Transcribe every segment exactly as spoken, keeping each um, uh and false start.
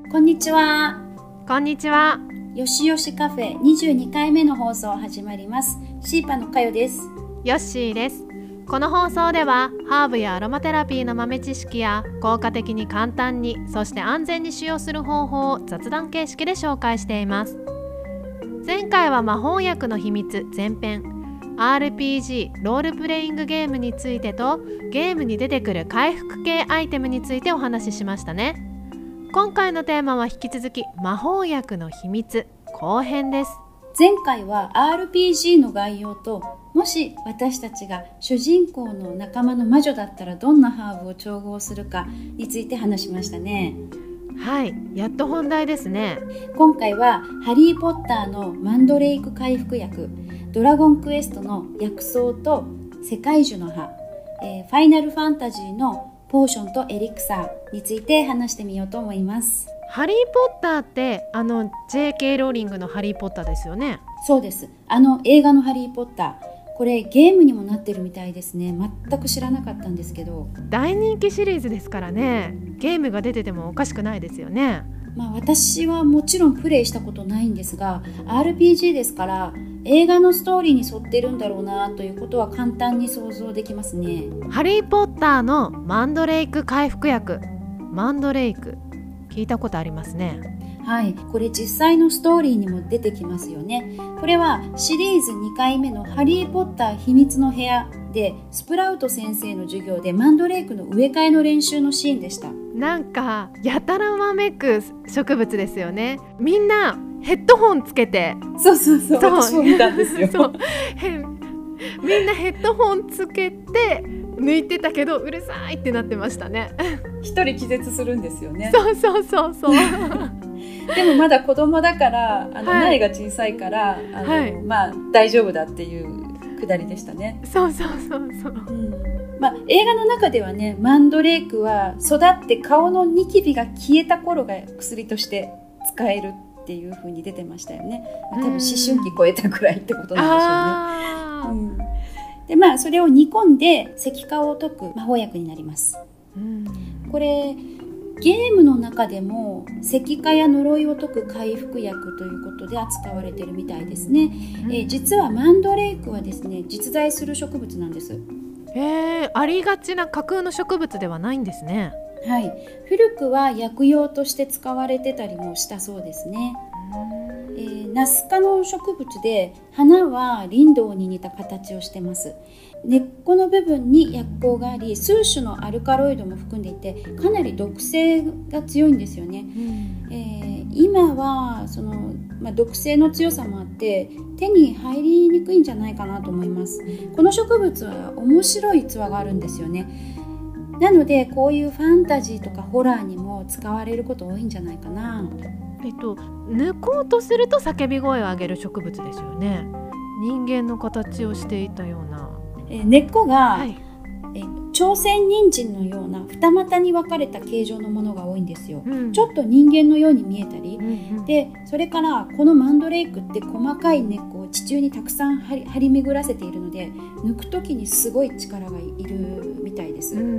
こんにちは。 こんにちは。 よしよしカフェにじゅうにかいめの放送始まります。シーパのかよです。 ヨッシーです。この放送ではハーブやアロマテラピーの豆知識や効果的に簡単にそして安全に使用する方法を雑談形式で紹介しています。前回は魔法薬の秘密前編、 アールピージー ロールプレイングゲームについてとゲームに出てくる回復系アイテムについてお話ししましたね。今回のテーマは引き続き魔法薬の秘密後編です。 前回は アールピージー の概要と、もし私たちが主人公の仲間の魔女だったらどんなハーブを調合するかについて話しましたね。 はい、やっと本題ですね。 今回はハリーポッターのマンドレイク回復薬、ドラゴンクエストの薬草と世界樹の葉、えー、ファイナルファンタジーのポーションとエリクサーについて話してみようと思います。 ハリーポッターってあの ジェーケー ローリングのハリーポッターですよね。 そうです。あの映画のハリーポッター、これゲームにもなってるみたいですね。全く知らなかったんですけど、 大人気シリーズですからね。ゲームが出ててもおかしくないですよね。 まあ、私はもちろんプレイしたことないんですが、 アールピージー ですから映画のストーリーに沿ってるんだろうなということは簡単に想像できますね。 ハリーポッターのマンドレイク回復薬、マンドレイク聞いたことありますね。 はい、これ実際のストーリーにも出てきますよね。これはシリーズにかいめのハリーポッター秘密の部屋でスプラウト先生の授業でマンドレイクの植え替えの練習のシーンでした。 なんかやたらわめく植物ですよね。みんなヘッドホンつけて、 そうそうそう、 そう私も見たんですよ。 そうへみんなヘッドホンつけて抜いてたけどうるさいってなってましたね。 一人気絶するんですよね。 そうそうそうそうでもまだ子供だからあの、 はい、 苗が小さいからあの、 はい、 まあ、大丈夫だっていうくだりでしたね。 そうそうそうそう、 うんまあ、映画の中ではね、マンドレークは育って顔のニキビが消えた頃が薬として使えるっていう風に出てましたよね。多分思春期超えたくらいってことなんでしょうね。うん、でまあそれを煮込んで石化を解く魔法薬になります。うん、これゲームの中でも石化や呪いを解く回復薬ということで扱われているみたいですね。うん、えー、実はマンドレークはですね、実在する植物なんです。 へー、ありがちな架空の植物ではないんですね。 はい、古くは薬用として使われてたりもしたそうですね。えー、ナス科の植物で花はリンドウに似た形をしてます。根っこの部分に薬効があり、数種のアルカロイドも含んでいてかなり毒性が強いんですよね。うん、えー、今はその、まあ、毒性の強さもあって手に入りにくいんじゃないかなと思います。この植物は面白い逸話があるんですよね。なのでこういうファンタジーとかホラーにも使われること多いんじゃないかな。 えっと、抜こうとすると叫び声を上げる植物ですよね。人間の形をしていたような、 えー、根っこが、はい、えー、朝鮮人参のような二股に分かれた形状のものが多いんですよ。うん、ちょっと人間のように見えたり、うんうん、でそれからこのマンドレイクって細かい根っこを地中にたくさん張り、張り巡らせているので抜くときにすごい力がいるみたいです。うん、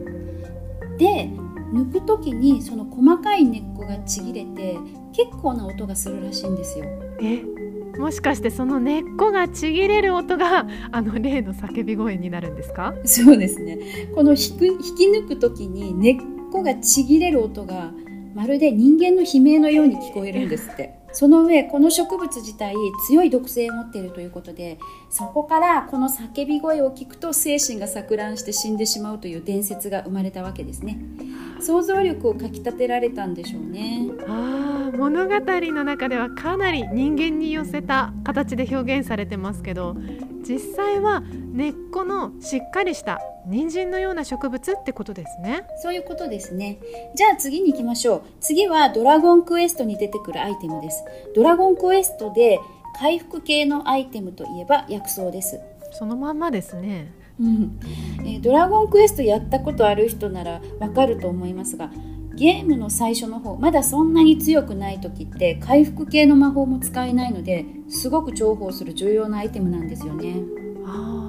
で抜くときにその細かい根っこがちぎれて結構な音がするらしいんですよ。 え、もしかしてその根っこがちぎれる音があの例の叫び声になるんですか？ そうですね。この引く、引き抜くときに根っこがちぎれる音がまるで人間の悲鳴のように聞こえるんですって。その上この植物自体強い毒性を持っているということで、そこからこの叫び声を聞くと精神が錯乱して死んでしまうという伝説が生まれたわけですね。想像力をかきたてられたんでしょうね。 あー、物語の中ではかなり人間に寄せた形で表現されてますけど、実際は根っこのしっかりした人参のような植物ってことですね。 そういうことですね。じゃあ次に行きましょう。次はドラゴンクエストに出てくるアイテムです。ドラゴンクエストで回復系のアイテムといえば薬草です。 そのまんまですね。 うんえー、ドラゴンクエストやったことある人ならわかると思いますが、ゲームの最初の方まだそんなに強くない時って回復系の魔法も使えないので、すごく重宝する重要なアイテムなんですよね。 あ、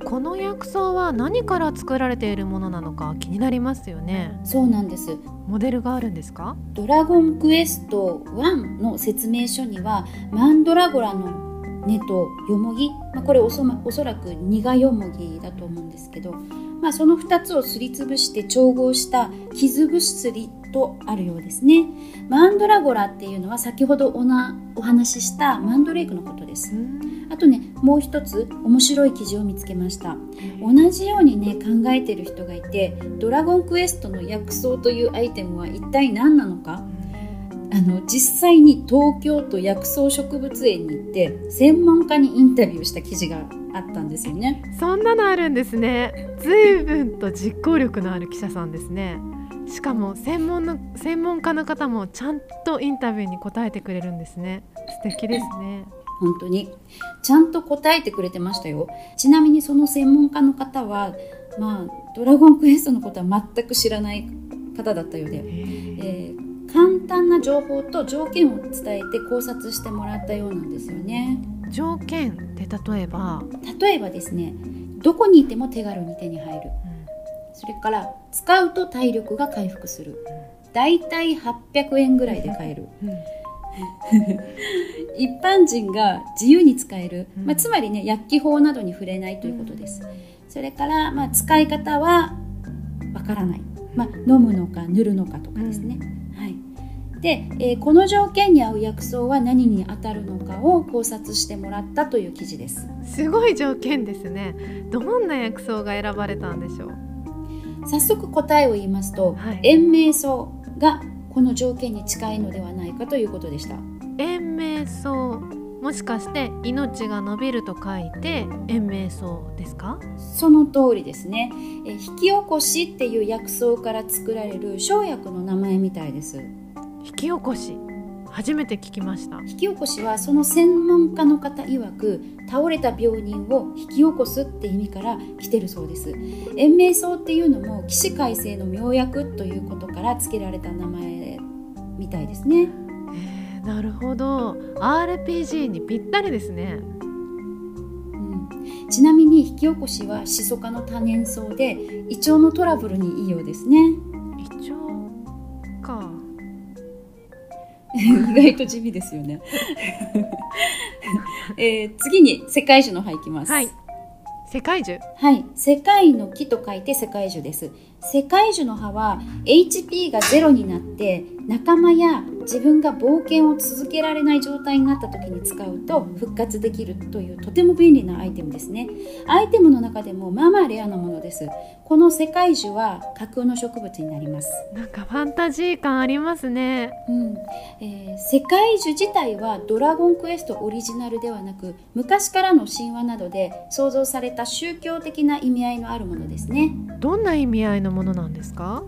この薬草は何から作られているものなのか気になりますよね。 そうなんです。 モデルがあるんですか？ ドラゴンクエストワンの説明書にはマンドラゴラの根とヨモギ、まあ、これおそ、おそらくニガヨモギだと思うんですけど、まあ、そのふたつをすりつぶして調合した傷薬とあるようですね。マンドラゴラっていうのは先ほどおなお話ししたマンドレークのことです。あとね、もう一つ面白い記事を見つけました。同じようにね考えてる人がいて、ドラゴンクエストの薬草というアイテムは一体何なのか、あの実際に東京都薬草植物園に行って専門家にインタビューした記事があったんですよね。 そんなのあるんですね。随分と実行力のある記者さんですね。しかも専門の専門家の方もちゃんとインタビューに答えてくれるんですね。素敵ですね。 本当にちゃんと答えてくれてましたよ。ちなみにその専門家の方は、まあ、ドラゴンクエストのことは全く知らない方だったようで、えー簡単な情報と条件を伝えて考察してもらったようなんですよね。 条件って例えば例えばですね、どこにいても手軽に手に入る、うん、それから使うと体力が回復する、うん、だいたいはっぴゃくえんぐらいで買える、うん、一般人が自由に使える、まあ、つまりね薬機法などに触れないということです。それから、まあ、使い方はわからない、まあ、飲むのか塗るのかとかですね、うんで、えー、この条件に合う薬草は何に当たるのかを考察してもらったという記事です。 すごい条件ですね。どんな薬草が選ばれたんでしょう？ 早速答えを言いますと、はい、延命草がこの条件に近いのではないかということでした。 延命草、もしかして命が伸びると書いて延命草ですか？ その通りですね。え引き起こしっていう薬草から作られる生薬の名前みたいです。 引き起こし、初めて聞きました。 引き起こしはその専門家の方曰く、倒れた病人を引き起こすって意味から来てるそうです。延命草っていうのも起死回生の妙薬ということから付けられた名前みたいですね。 えー、なるほど。 アールピージー にぴったりですね。 うん、ちなみに引き起こしはシソ科の多年草で胃腸のトラブルにいいようですね。 胃腸か意外と地味ですよね、えー、次に世界樹の葉いきます。 はい、世界樹、 はい、世界の木と書いて世界樹です。世界樹の葉は エイチピー がゼロになって仲間や自分が冒険を続けられない状態になった時に使うと復活できるというとても便利なアイテムですね。アイテムの中でもまあまあレアなものです。この世界樹は架空の植物になります。 なんかファンタジー感ありますね。 うんえー、世界樹自体はドラゴンクエストオリジナルではなく、昔からの神話などで創造された宗教的な意味合いのあるものですね。 どんな意味合いのものなんですか？ はい、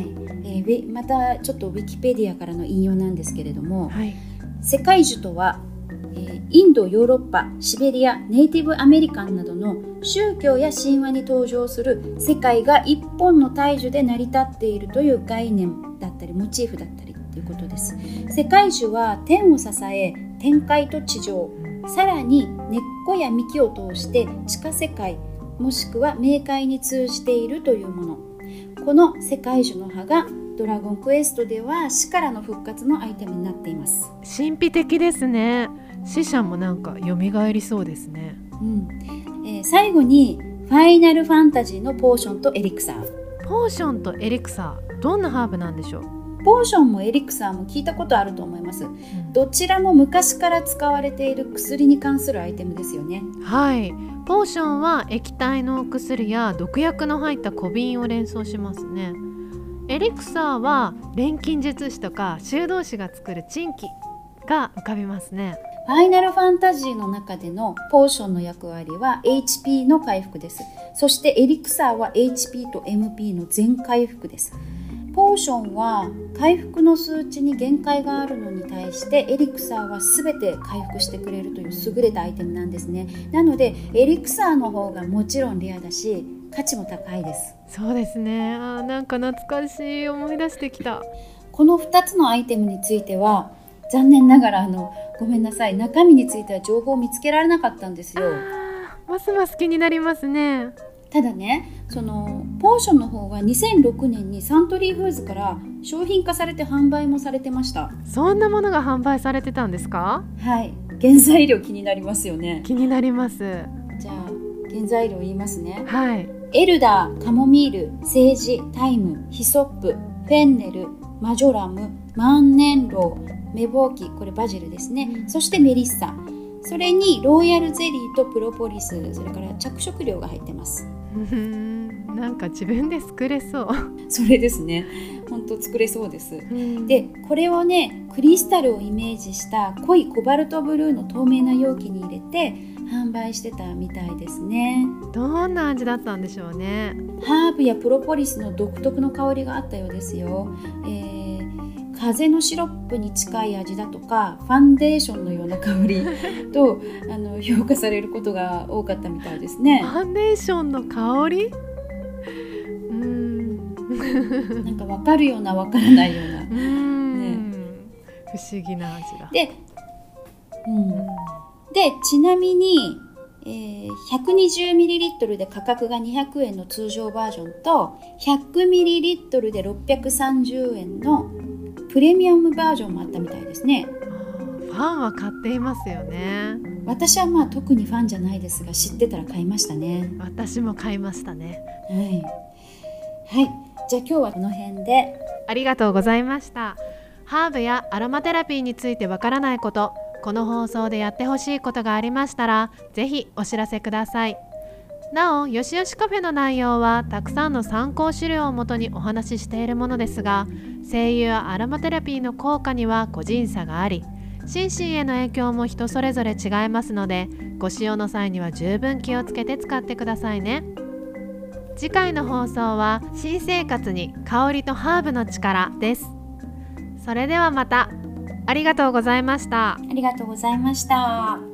えー、またちょっとウィキペディアからの引用なんですけれども、はい、世界樹とは、えー、インド、ヨーロッパ、シベリア、ネイティブアメリカンなどの宗教や神話に登場する世界が一本の大樹で成り立っているという概念だったりモチーフだったりということです。世界樹は天を支え天界と地上、さらに根っこや幹を通して地下世界もしくは冥界に通じているというもの。この世界樹の葉がドラゴンクエストでは死からの復活のアイテムになっています。 神秘的ですね。死者もなんか蘇りそうですね。 うんえー、最後にファイナルファンタジーのポーションとエリクサー。 ポーションとエリクサー、どんなハーブなんでしょう？ ポーションもエリクサーも聞いたことあると思います、うん、どちらも昔から使われている薬に関するアイテムですよね。 はい、ポーションは液体のお薬や毒薬の入った小瓶を連想しますね。エリクサーは錬金術師とか修道士が作る珍気が浮かびますね。 ファイナルファンタジーの中でのポーションの役割は エイチピー の回復です。そしてエリクサーは エイチピー と エムピー の全回復です。ポーションは回復の数値に限界があるのに対してエリクサーは全て回復してくれるという優れたアイテムなんですね。なのでエリクサーの方がもちろんレアだし価値も高いです。 そうですね。あー、なんか懐かしい、思い出してきた。 このふたつのアイテムについては残念ながらあのごめんなさい、中身については情報を見つけられなかったんですよ。 あ、 ますます気になりますね。 ただね、そのポーションの方はにせんろくねんにサントリーフーズから商品化されて販売もされてました。 そんなものが販売されてたんですか？ はい、原材料気になりますよね。 気になります。 じゃあ原材料言いますね。 はい。 エルダー、カモミール、セージ、タイム、ヒソップ、フェンネル、マジョラム、万年老、メボウキ、これバジルですね、そしてメリッサ、それにロイヤルゼリーとプロポリス、それから着色料が入ってます。 なんか自分で作れそう。 それですね、本当作れそうです。でこれをね、クリスタルをイメージした濃いコバルトブルーの透明な容器に入れて販売してたみたいですね。 どんな味だったんでしょうね。 ハーブやプロポリスの独特の香りがあったようですよ。えー、風のシロップに近い味だとか、ファンデーションのような香りとあの評価されることが多かったみたいですね。 ファンデーションの香り、うーんなんか分かるような分からないような、 うーん、 ね、 不思議な味だ。 で、うん、でちなみに、えー、ひゃくにじゅうミリリットル で価格がにひゃくえんの通常バージョンと ひゃくミリリットル でろっぴゃくさんじゅうえんのプレミアムバージョンもあったみたいですね。 ファンは買っていますよね。 私はまあ特にファンじゃないですが、知ってたら買いましたね。 私も買いましたね。 はい、はい、じゃあ今日はこの辺で。 ありがとうございました。ハーブやアロマテラピーについてわからないこと、この放送でやってほしいことがありましたら、ぜひお知らせください。なお、よしよしカフェの内容はたくさんの参考資料をもとにお話ししているものですが、精油やアロマテラピーの効果には個人差があり、心身への影響も人それぞれ違いますので、ご使用の際には十分気をつけて使ってくださいね。次回の放送は新生活に香りとハーブの力です。それではまた。ありがとうございました。 ありがとうございました。